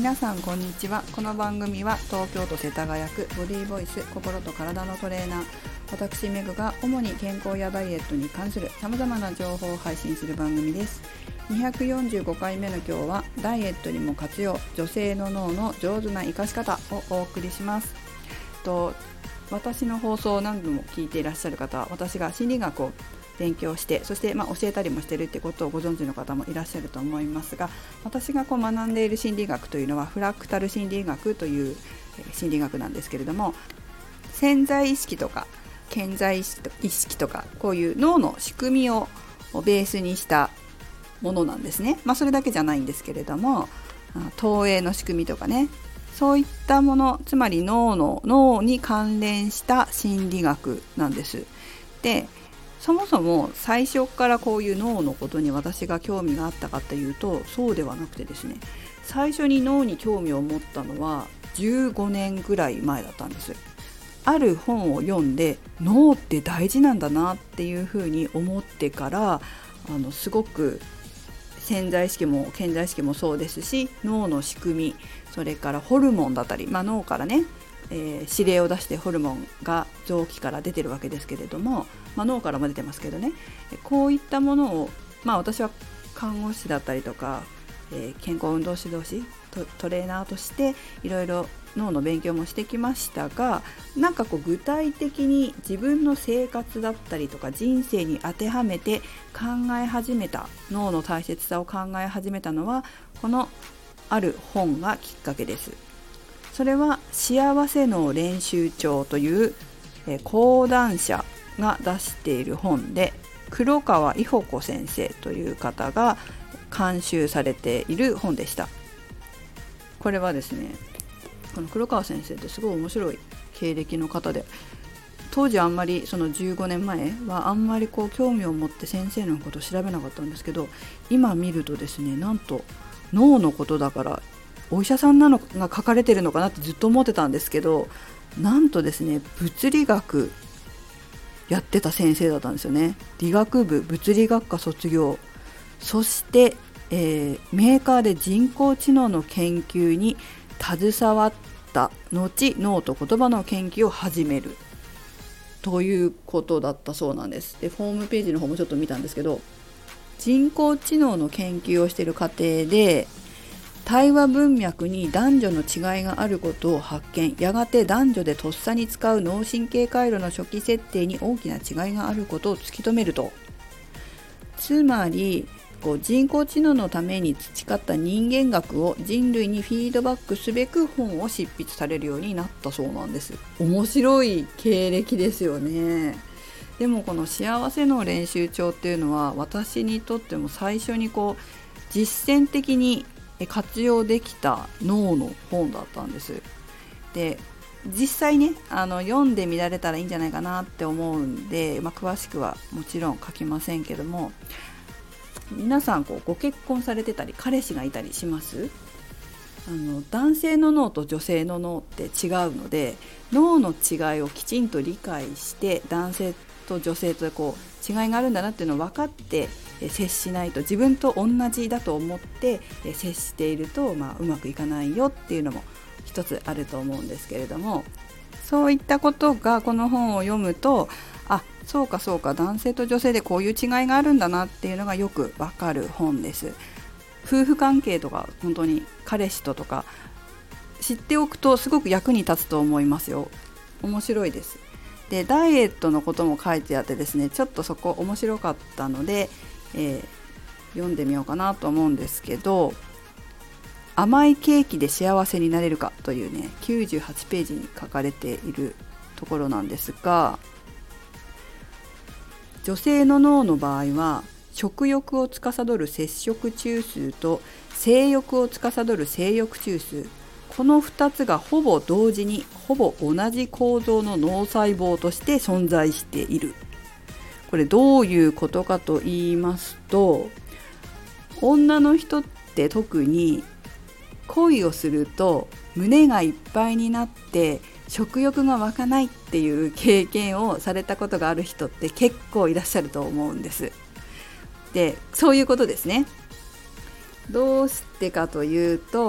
皆さんこんにちは。この番組は東京都世田谷区ボディーボイス心と体のトレーナー私メグが主に健康やダイエットに関する様々な情報を配信する番組です。245回目の今日はダイエットにも活用、女性の脳の上手な活かし方をお送りします。私の放送を何度も聞いていらっしゃる方、私が心理学を勉強して、そして教えたりもしているってことをご存知の方もいらっしゃると思いますが、私が学んでいる心理学というのはフラクタル心理学という心理学なんですけれども、潜在意識とか潜在意識とかこういう脳の仕組みをベースにしたものなんですね。それだけじゃないんですけれども、投影の仕組みとかね、そういったもの、つまり脳に関連した心理学なんです。で、そもそも最初からこういう脳のことに私が興味があったかというと、そうではなくてですね、最初に脳に興味を持ったのは15年ぐらい前だったんです。ある本を読んで、脳って大事なんだなっていうふうに思ってから、すごく潜在意識も潜在意識もそうですし、脳の仕組み、それからホルモンだったり、脳からね、指令を出してホルモンが臓器から出てるわけですけれども、脳からも出てますけどね、こういったものを、私は看護師だったりとか、健康運動指導士、トレーナーとしていろいろ脳の勉強もしてきましたが、具体的に自分の生活だったりとか人生に当てはめて考え始めた、脳の大切さを考え始めたのはこのある本がきっかけです。それは幸せ脳練習帳という講談社が出している本で、黒川伊保子先生という方が監修されている本でした。これはですね、この黒川先生ってすごい面白い経歴の方で、当時あんまりその15年前はあんまり興味を持って先生のことを調べなかったんですけど、今見るとですね、なんと脳のことだからお医者さんなのが書かれてるのかなってずっと思ってたんですけど、なんとですね、物理学やってた先生だったんですよね。理学部物理学科卒業、そして、メーカーで人工知能の研究に携わった後、脳と言葉の研究を始めるということだったそうなんです。で、ホームページの方もちょっと見たんですけど、人工知能の研究をしている過程で対話文脈に男女の違いがあることを発見、やがて男女でとっさに使う脳神経回路の初期設定に大きな違いがあることを突き止めると、つまり人工知能のために培った人間学を人類にフィードバックすべく本を執筆されるようになったそうなんです。面白い経歴ですよね。でもこの幸せの練習帳っていうのは、私にとっても最初に実践的に活用できた脳の本だったんです。で、実際ね、読んでみられたらいいんじゃないかなって思うんで、詳しくはもちろん書きませんけども、皆さんご結婚されてたり彼氏がいたりします？男性の脳と女性の脳って違うので、脳の違いをきちんと理解して、男性と女性と違いがあるんだなっていうのを分かって接しないと、自分と同じだと思って接していると、うまくいかないよっていうのも一つあると思うんですけれども、そういったことがこの本を読むと、そうか男性と女性でこういう違いがあるんだなっていうのがよくわかる本です。夫婦関係とか、本当に彼氏とか知っておくとすごく役に立つと思いますよ。面白いです。で、ダイエットのことも書いてあってですね、ちょっとそこ面白かったので、読んでみようかなと思うんですけど、甘いケーキで幸せになれるかというね、98ページに書かれているところなんですが、女性の脳の場合は食欲を司る摂食中枢と性欲を司る性欲中枢、この2つがほぼ同時にほぼ同じ構造の脳細胞として存在している。これどういうことかと言いますと、女の人って特に恋をすると胸がいっぱいになって食欲が湧かないっていう経験をされたことがある人って結構いらっしゃると思うんです。で、そういうことですね。どうしてかというと、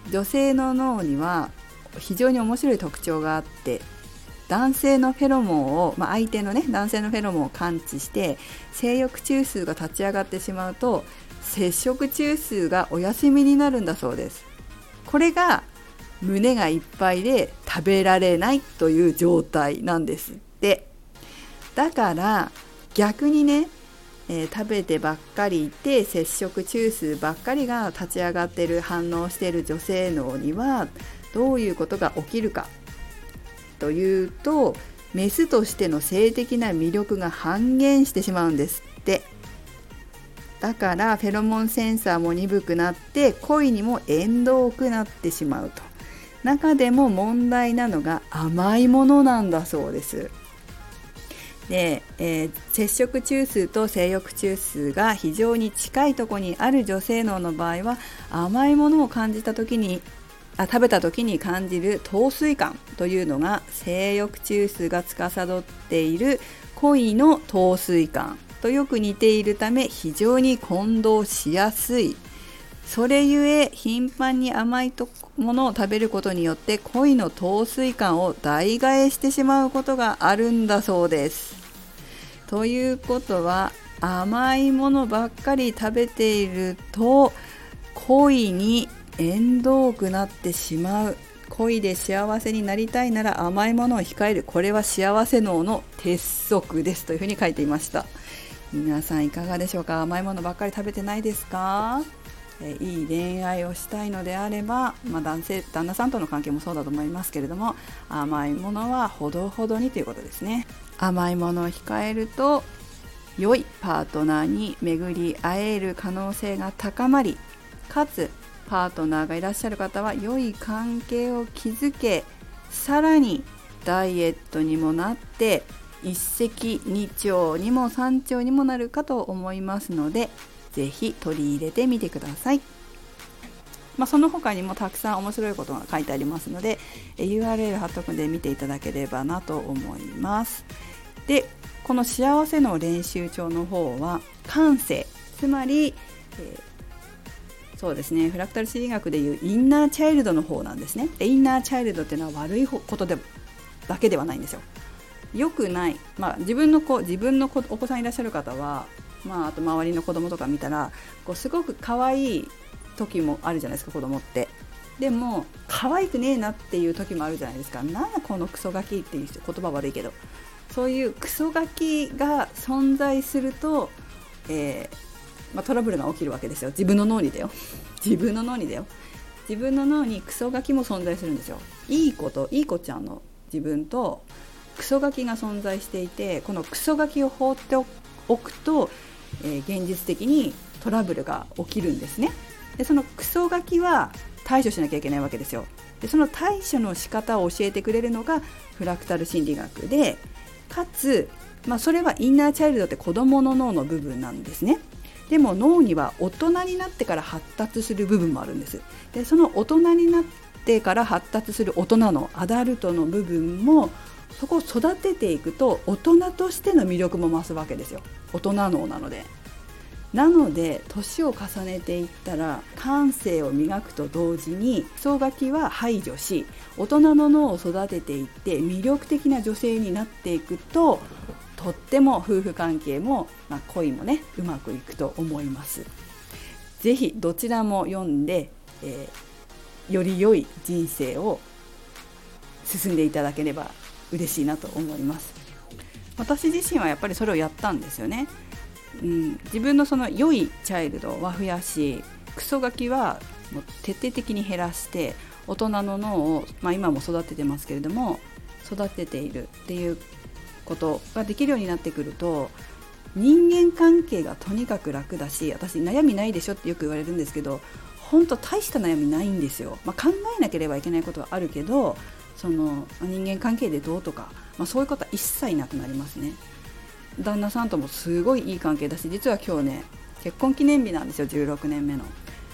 女性の脳には非常に面白い特徴があって、男性のフェロモンを、相手のね男性のフェロモンを感知して性欲中枢が立ち上がってしまうと、摂食中枢がお休みになるんだそうです。これが胸がいっぱいで食べられないという状態なんですって。だから逆にね、食べてばっかりいて摂食中枢ばっかりが立ち上がってる、反応している女性脳にはどういうことが起きるかというと、メスとしての性的な魅力が半減してしまうんですって。だからフェロモンセンサーも鈍くなって恋にも縁遠くなってしまうと。中でも問題なのが甘いものなんだそうです。で、摂食中枢と性欲中枢が非常に近いところにある女性脳の場合は、甘いものを感じた時に食べた時に感じる陶酔感というのが性欲中枢が司っている恋の陶酔感とよく似ているため、非常に混同しやすい。それゆえ頻繁に甘いものを食べることによって恋の陶酔感を代替えしてしまうことがあるんだそうです。ということは、甘いものばっかり食べていると恋に縁遠くなってしまう。恋で幸せになりたいなら甘いものを控える。これは幸せ脳の鉄則ですというふうに書いていました。皆さんいかがでしょうか。甘いものばっかり食べてないですか。いい恋愛をしたいのであれば、旦那さんとの関係もそうだと思いますけれども、甘いものはほどほどにということですね。甘いものを控えると良いパートナーに巡り会える可能性が高まり、かつパートナーがいらっしゃる方は良い関係を築け、さらにダイエットにもなって一石二鳥にも三鳥にもなるかと思いますので、ぜひ取り入れてみてください。その他にもたくさん面白いことが書いてありますので、URL 貼っとくんで見ていただければなと思います。で、この幸せの練習帳の方は感性、つまり、そうですね、フラクタル心理学でいうインナーチャイルドの方なんですね。で、インナーチャイルドっていうのは悪いことだけではないんですよ。良くない、自分のお子さんいらっしゃる方は、あと周りの子供とか見たらすごく可愛い時もあるじゃないですか、子供って。でも可愛くねえなっていう時もあるじゃないですか。なんだこのクソガキっていう言葉悪いけど、そういうクソガキが存在すると、トラブルが起きるわけですよ。自分の脳にだよ。自分の脳にクソガキも存在するんですよ。いい子ちゃんの自分とクソガキが存在していて、このクソガキを放っておくと、現実的にトラブルが起きるんですね。で、そのクソガキは対処しなきゃいけないわけですよ。で、その対処の仕方を教えてくれるのがフラクタル心理学で、かつ、それはインナーチャイルドって子どもの脳の部分なんですね。でも脳には大人になってから発達する部分もあるんです。で、その大人になってから発達する大人のアダルトの部分も、そこを育てていくと大人としての魅力も増すわけですよ。大人脳なので。年を重ねていったら感性を磨くと同時にクソガキは排除し、大人の脳を育てていって魅力的な女性になっていくと、とっても夫婦関係も、恋もね、うまくいくと思います。ぜひどちらも読んで、より良い人生を進んでいただければ嬉しいなと思います。私自身はやっぱりそれをやったんですよね。自分のその良いチャイルドは増やし、クソガキはもう徹底的に減らして、大人の脳を、今も育ててますけれども育てているっていうことができるようになってくると、人間関係がとにかく楽だし、私悩みないでしょってよく言われるんですけど、本当大した悩みないんですよ。考えなければいけないことはあるけど、その人間関係でどうとか、そういうことは一切なくなりますね。旦那さんともすごいいい関係だし、実は今日ね、結婚記念日なんですよ。16年目の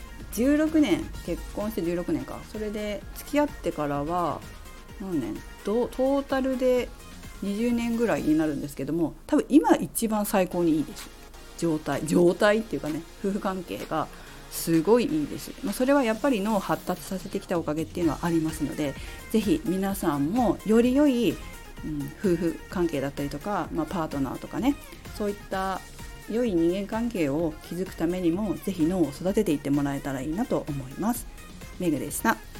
16年、結婚して16年か。それで付き合ってからは何年、トータルで20年ぐらいになるんですけども、多分今一番最高にいいです。状態っていうかね、夫婦関係がすごいいいです。それはやっぱり脳を発達させてきたおかげっていうのはありますので、ぜひ皆さんもより良い、夫婦関係だったりとか、パートナーとかね、そういった良い人間関係を築くためにもぜひ脳を育てていってもらえたらいいなと思います。メグでした。